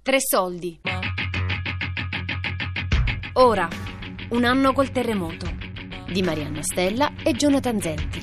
Tre soldi. Ora, un anno col terremoto di Marianna Stella e Jonathan Zenti.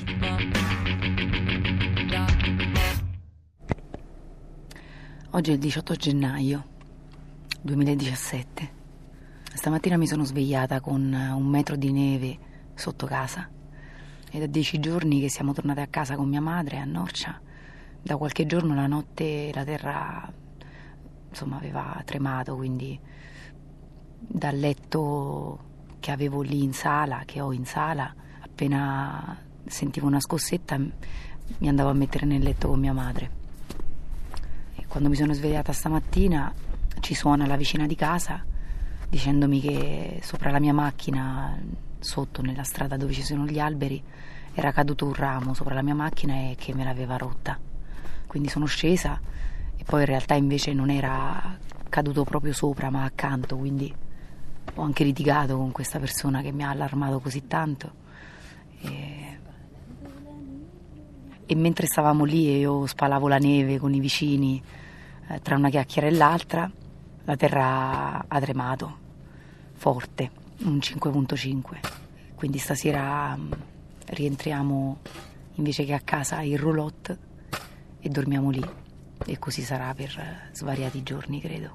Oggi è il 18 gennaio 2017. Stamattina mi sono svegliata con 1 metro di neve sotto casa. È da 10 giorni che siamo tornate a casa con mia madre a Norcia. Da qualche giorno la notte la terra aveva tremato, quindi dal letto che avevo lì in sala, che ho in sala, appena sentivo una scossetta mi andavo a mettere nel letto con mia madre. E quando mi sono svegliata stamattina ci suona la vicina di casa dicendomi che sopra la mia macchina, sotto nella strada dove ci sono gli alberi, era caduto un ramo sopra la mia macchina e che me l'aveva rotta. Quindi sono scesa e poi in realtà invece non era caduto proprio sopra ma accanto, quindi ho anche litigato con questa persona che mi ha allarmato così tanto e mentre stavamo lì e io spalavo la neve con i vicini, tra una chiacchiera e l'altra la terra ha tremato forte, un 5.5, quindi stasera rientriamo invece che a casa in roulotte e dormiamo lì, e così sarà per svariati giorni, credo.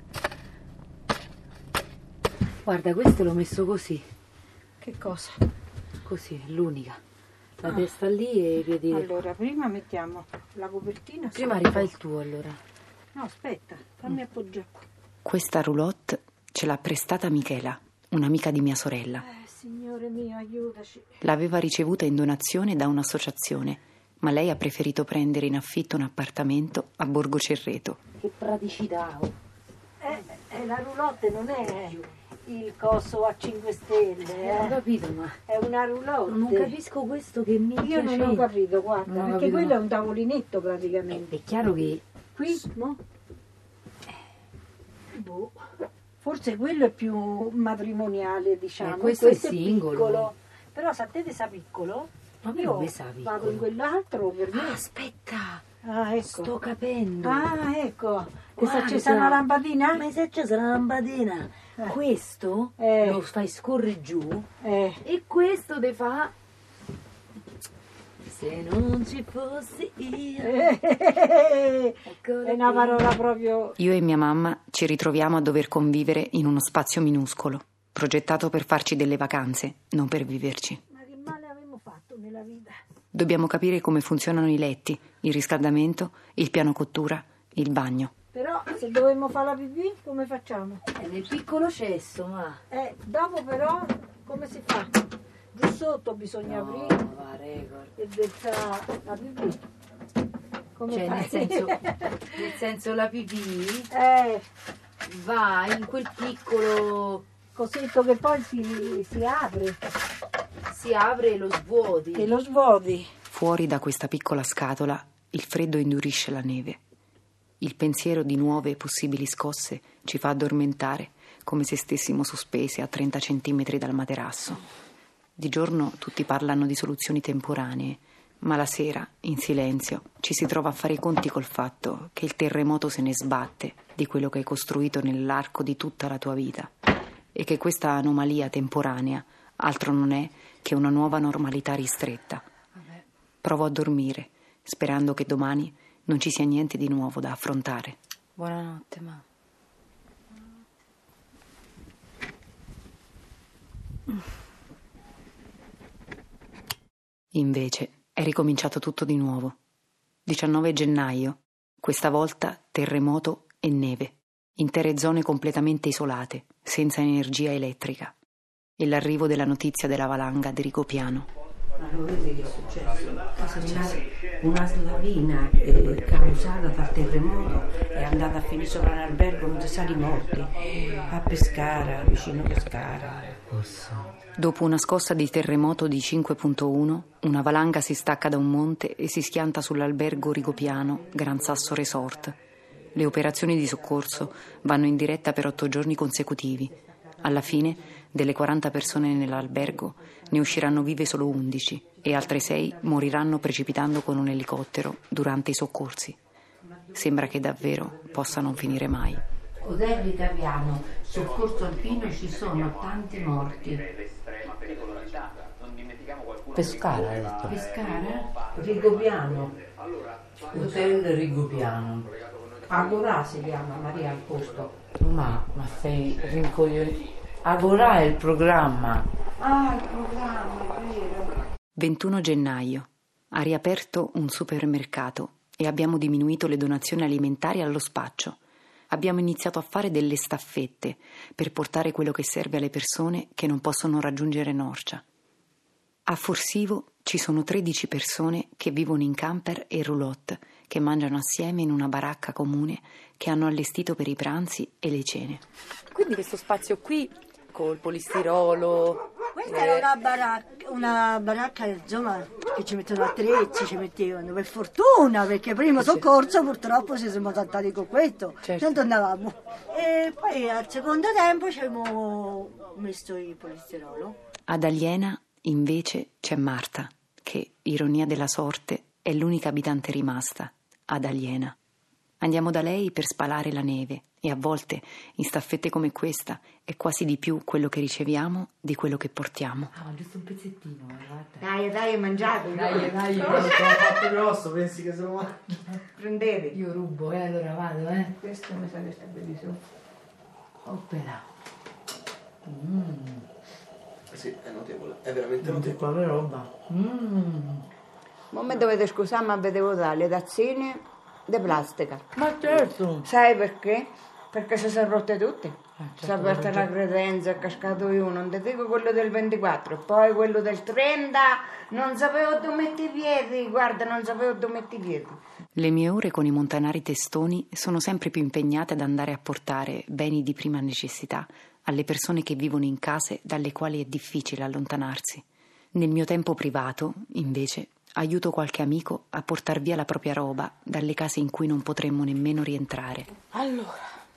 Guarda, questo l'ho messo così. Che cosa? Così, l'unica. La testa lì e i piedi. Allora, prima mettiamo la copertina. Prima rifai il tuo, allora. No, aspetta, fammi appoggiare qua. Questa roulotte ce l'ha prestata Michela, un'amica di mia sorella. Signore mio, aiutaci. L'aveva ricevuta in donazione da un'associazione, ma lei ha preferito prendere in affitto un appartamento a Borgo Cerreto. Che praticità! La roulotte non è il coso a 5 stelle. Ho capito, ma È una roulotte. non capisco questo che mi Io non ho capito, guarda, Non ho perché capito. quello è un tavolinetto praticamente. È chiaro che Qui, mo? Boh. Forse quello è più matrimoniale, diciamo. questo è singolo. Piccolo. Però se a te sa piccolo, Ma io come sa piccolo? vado in quell'altro per me. aspetta, Ah, ecco. sto capendo. Ah, ecco. Ti si è Guarda. accesa una lampadina? Ma si è accesa la lampadina. Questo lo fai scorrere giù e questo te fa se non ci fossi io. È una parola proprio. Io e mia mamma ci ritroviamo a dover convivere in uno spazio minuscolo, progettato per farci delle vacanze, non per viverci. Ma che male abbiamo fatto nella vita? Dobbiamo capire come funzionano i letti, il riscaldamento, il piano cottura, il bagno. Però se dovevamo fare la pipì, come facciamo? Nel piccolo cesso, ma. Dopo però, come si fa? Giù sotto bisogna aprire Va, record. e versare la pipì. Come Cioè, fai? nel senso la pipì Va va in quel piccolo. cosetto che poi si apre Si apre e lo svuoti. e lo svuoti. Fuori da questa piccola scatola il freddo indurisce la neve. Il pensiero di nuove e possibili scosse ci fa addormentare come se stessimo sospese a 30 centimetri dal materasso. Di giorno tutti parlano di soluzioni temporanee, ma la sera, in silenzio, ci si trova a fare i conti col fatto che il terremoto se ne sbatte di quello che hai costruito nell'arco di tutta la tua vita e che questa anomalia temporanea altro non è che una nuova normalità ristretta. Provo a dormire, sperando che domani non ci sia niente di nuovo da affrontare. Buonanotte, ma. Invece è ricominciato tutto di nuovo. 19 gennaio, questa volta terremoto e neve, intere zone completamente isolate, senza energia elettrica, e l'arrivo della notizia della valanga di Rigopiano. Allora vedi che è successo? Una slavina causata dal terremoto è andata a finire sopra l'albergo, non si sa di morti, a Pescara, vicino Pescara. Dopo una scossa di terremoto di 5.1, una valanga si stacca da un monte e si schianta sull'albergo Rigopiano, Gran Sasso Resort. Le operazioni di soccorso vanno in diretta per 8 giorni consecutivi. Alla fine, delle 40 persone nell'albergo, ne usciranno vive solo 11 e altre 6 moriranno precipitando con un elicottero durante i soccorsi. Sembra che davvero possa non finire mai. Odelli Caviano, sul corso alpino ci sono tanti morti. Pescara, hai detto. Pescara? Rigopiano. Hotel Rigopiano. Agorà si chiama, Maria al posto. Ma sei rincoglionito. Agorà è il programma. Ah, il programma, è vero. 21 gennaio. Ha riaperto un supermercato e abbiamo diminuito le donazioni alimentari allo spaccio. Abbiamo iniziato a fare delle staffette per portare quello che serve alle persone che non possono raggiungere Norcia. A Forsivo ci sono 13 persone che vivono in camper e roulotte, che mangiano assieme in una baracca comune che hanno allestito per i pranzi e le cene. Quindi questo spazio qui col polistirolo. Questa era una baracca insomma, che ci mettono attrezzi, ci mettevano, per fortuna, perché il primo soccorso purtroppo ci siamo saltati con questo, non tornavamo. E poi al secondo tempo ci abbiamo messo il polistirolo. Ad Aliena invece c'è Marta, che, ironia della sorte, è l'unica abitante rimasta ad Aliena. Andiamo da lei per spalare la neve e a volte, in staffette come questa, è quasi di più quello che riceviamo di quello che portiamo. Ah, ma giusto un pezzettino, Dai, mangiate. Dai, te l'ho fatto grosso, pensi che se lo mangio? Prendete. Io rubo, allora vado, Questo mi sa che sta bellissimo. Opera. Sì, è notevole, è veramente Non c'è notevole. quale roba. Ma me dovete scusare, ma vedevo le tazzine di plastica. Ma certo. Sai perché? Perché si sono rotte tutte. certo, Si è aperta la credenza, è cascato io, non ti dico quello del 24, poi quello del 30, non sapevo dove metti i piedi, guarda, non sapevo dove metti i piedi. Le mie ore con i montanari testoni sono sempre più impegnate ad andare a portare beni di prima necessità alle persone che vivono in case dalle quali è difficile allontanarsi. Nel mio tempo privato, invece, aiuto qualche amico a portar via la propria roba dalle case in cui non potremmo nemmeno rientrare. Allora,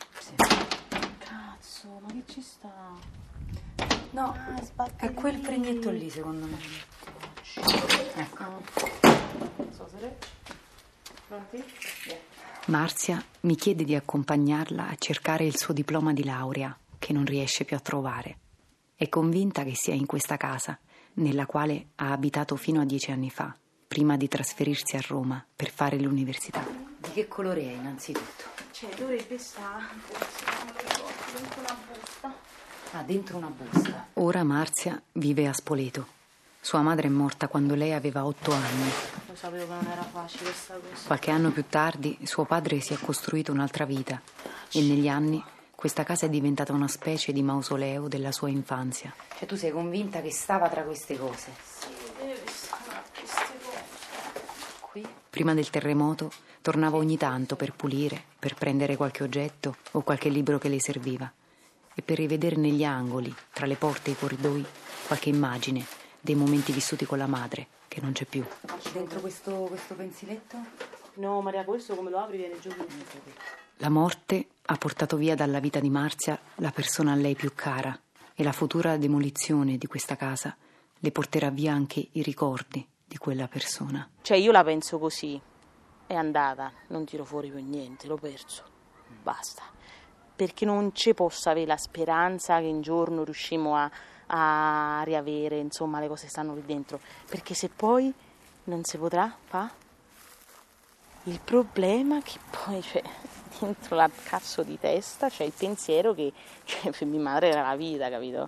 cazzo, ma che ci sta? No, è quel pregnetto lì, secondo me. Ecco. Non so se pronti? Marzia mi chiede di accompagnarla a cercare il suo diploma di laurea, che non riesce più a trovare. È convinta che sia in questa casa, nella quale ha abitato fino a 10 anni fa, prima di trasferirsi a Roma per fare l'università. Di che colore è, innanzitutto? Cioè, dovrebbe stare, non lo ricordo, dentro una busta. Ah, dentro una busta. Ora Marzia vive a Spoleto. Sua madre è morta quando lei aveva 8 anni. Lo sapevo che non era facile questa cosa. Qualche anno più tardi suo padre si è costruito un'altra vita e negli anni questa casa è diventata una specie di mausoleo della sua infanzia. Cioè tu sei convinta che stava tra queste cose? Sì, deve stare tra queste cose. Qui? Prima del terremoto tornava ogni tanto per pulire, per prendere qualche oggetto o qualche libro che le serviva e per rivedere negli angoli, tra le porte e i corridoi, qualche immagine dei momenti vissuti con la madre, che non c'è più. Dentro questo pensiletto? No, Maria, questo come lo apri viene giù. La morte ha portato via dalla vita di Marzia la persona a lei più cara e la futura demolizione di questa casa le porterà via anche i ricordi di quella persona. Cioè, io la penso così. È andata, non tiro fuori più niente, l'ho perso. Basta. Perché non ci posso avere la speranza che un giorno riuscimo a riavere, insomma, le cose che stanno lì dentro. Perché se poi non si potrà fare. Il problema è che poi dentro la cazzo di testa c'è il pensiero che per mia madre era la vita, capito?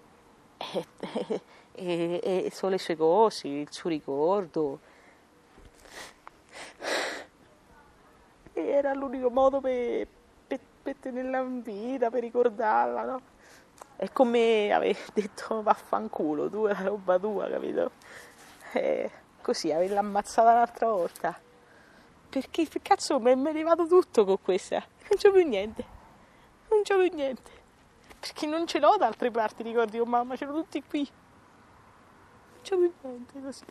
E solo le sue cose, il suo ricordo. E era l'unico modo per tenerla in vita, per ricordarla, no? È come aver detto vaffanculo, tu è la roba tua, capito? E così averla ammazzata l'altra volta. Perché cazzo mi è arrivato tutto con questa? Non c'ho più niente. Non c'ho più niente. Perché non ce l'ho da altre parti, ricordi con mamma, ce l'ho tutti qui. Non c'ho più niente così.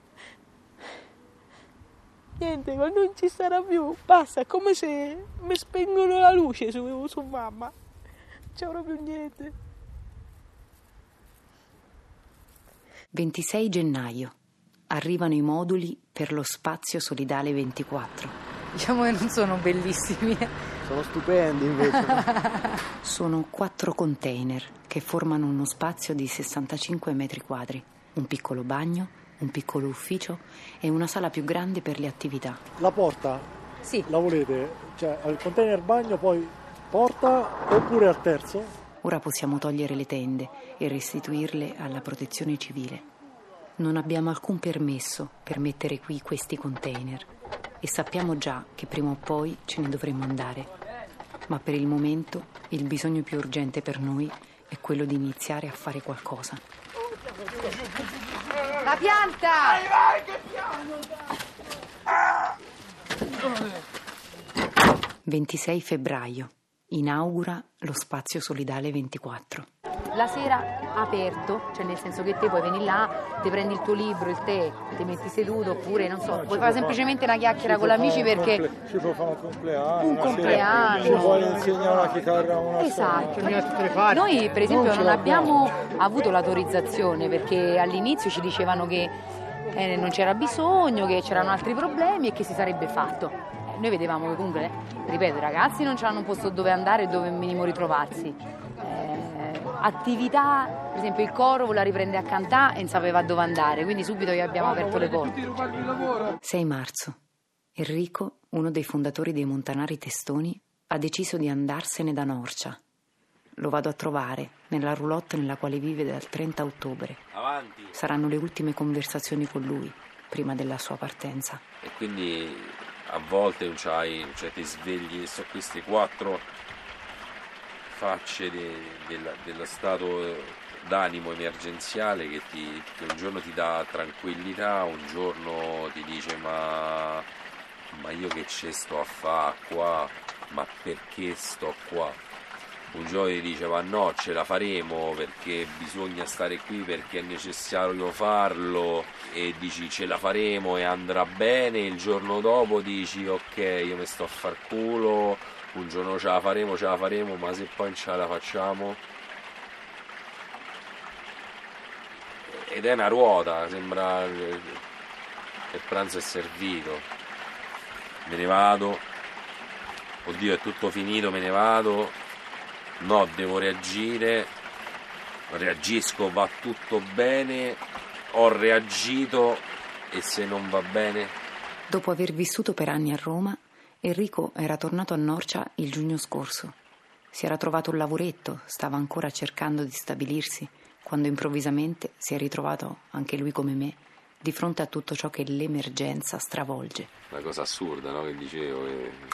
Niente, ma non ci sarà più. Basta, è come se mi spengono la luce su mamma. Non c'è più niente. 26 gennaio. Arrivano i moduli per lo spazio solidale 24. Diciamo che non sono bellissimi. Sono stupendi invece. Sono 4 container che formano uno spazio di 65 metri quadri, un piccolo bagno, un piccolo ufficio e una sala più grande per le attività. La porta? Sì. La volete? Cioè al container bagno poi porta oppure al terzo? Ora possiamo togliere le tende e restituirle alla protezione civile. Non abbiamo alcun permesso per mettere qui questi container e sappiamo già che prima o poi ce ne dovremo andare. Ma per il momento il bisogno più urgente per noi è quello di iniziare a fare qualcosa. La pianta! Vai, che piano! 26 febbraio. Inaugura lo Spazio Solidale 24. La sera aperto, cioè nel senso che te puoi venire là, ti prendi il tuo libro, il tè, ti metti seduto oppure non so, puoi fare semplicemente una chiacchiera con gli amici perché ci può fare un compleanno. Un compleanno. Ci puoi insegnare la chitarra a una esatto. Noi per esempio non abbiamo avuto l'autorizzazione perché all'inizio ci dicevano che non c'era bisogno, che c'erano altri problemi e che si sarebbe fatto. Noi vedevamo che comunque, ripeto, i ragazzi non c'hanno un posto dove andare e dove minimo ritrovarsi. Attività, per esempio il coro voleva riprendere a cantare e non sapeva dove andare, quindi subito gli abbiamo aperto le porte. 6 marzo. Enrico, uno dei fondatori dei Montanari Testoni, ha deciso di andarsene da Norcia. Lo vado a trovare nella roulotte nella quale vive dal 30 ottobre. Avanti. Saranno le ultime conversazioni con lui prima della sua partenza. E quindi a volte non c'hai, cioè ti svegli, so queste 4 facce dello stato d'animo emergenziale che un giorno ti dà tranquillità, un giorno ti dice ma io che ce sto a fare qua, ma perché sto qua? Un giorno ti dice ma no, ce la faremo perché bisogna stare qui, perché è necessario farlo, e dici ce la faremo e andrà bene. Il giorno dopo dici ok, io mi sto a far culo, un giorno ce la faremo, ma se poi non ce la facciamo? Ed è una ruota, sembra che il pranzo è servito. Me ne vado, oddio è tutto finito, me ne vado, no, devo reagire, reagisco, va tutto bene, ho reagito e se non va bene? Dopo aver vissuto per anni a Roma, Enrico era tornato a Norcia il giugno scorso. Si era trovato un lavoretto, stava ancora cercando di stabilirsi, quando improvvisamente si è ritrovato, anche lui come me, di fronte a tutto ciò che l'emergenza stravolge. Una cosa assurda, no? Che dicevo,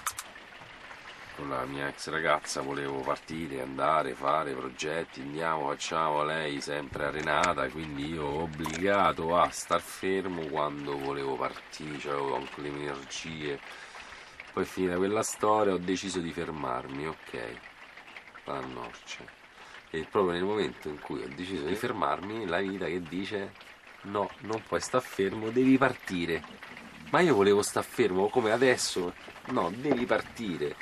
con la mia ex ragazza volevo partire, andare, fare progetti, andiamo, facciamo, lei sempre arenata, quindi io obbligato a star fermo quando volevo partire, cioè avevo anche le mie energie. Poi finita quella storia ho deciso di fermarmi, ok, a Norcia. E proprio nel momento in cui ho deciso di fermarmi, la vita che dice no, non puoi star fermo, devi partire. Ma io volevo star fermo come adesso, no, devi partire.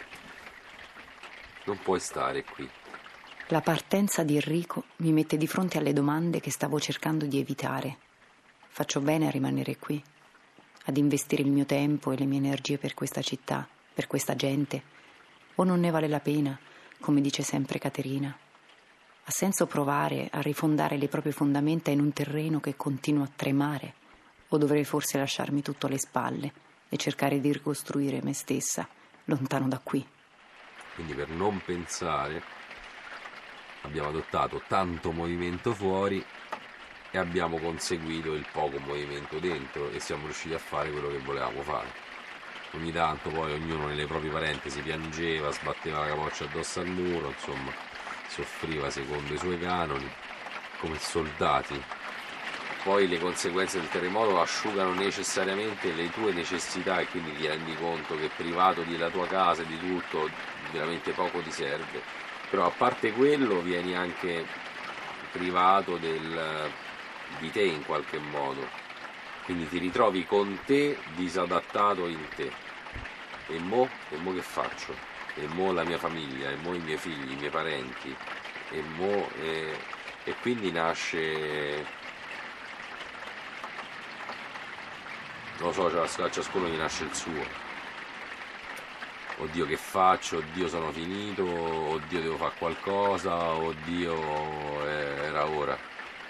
Non puoi stare qui. La partenza di Enrico mi mette di fronte alle domande che stavo cercando di evitare. Faccio bene a rimanere qui? Ad investire il mio tempo e le mie energie per questa città, per questa gente? O non ne vale la pena, come dice sempre Caterina? Ha senso provare a rifondare le proprie fondamenta in un terreno che continua a tremare? O dovrei forse lasciarmi tutto alle spalle e cercare di ricostruire me stessa, lontano da qui? Quindi per non pensare abbiamo adottato tanto movimento fuori e abbiamo conseguito il poco movimento dentro e siamo riusciti a fare quello che volevamo fare. Ogni tanto poi ognuno nelle proprie parentesi piangeva, sbatteva la capoccia addosso al muro, insomma soffriva secondo i suoi canoni, come soldati. Poi le conseguenze del terremoto asciugano necessariamente le tue necessità e quindi ti rendi conto che privato della tua casa e di tutto veramente poco ti serve. Però a parte quello vieni anche privato di te in qualche modo, quindi ti ritrovi con te disadattato in te. E mo che faccio? E mo la mia famiglia, e mo i miei figli, i miei parenti, e quindi nasce, non lo so, a ciascuno gli nasce il suo. oddio che faccio, oddio sono finito, oddio devo fare qualcosa, oddio era ora.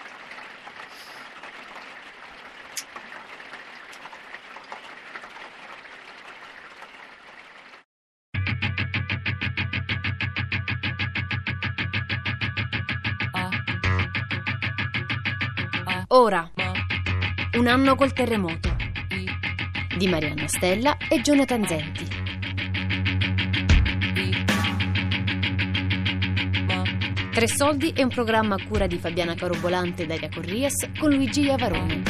Ora, un anno col terremoto di Marianna Stella e Jonathan Zenti. Tre soldi è un programma a cura di Fabiana Carobolante e Daria Corrias con Luigi Iavaroni.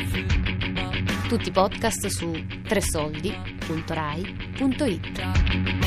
Tutti i podcast su tresoldi.rai.it.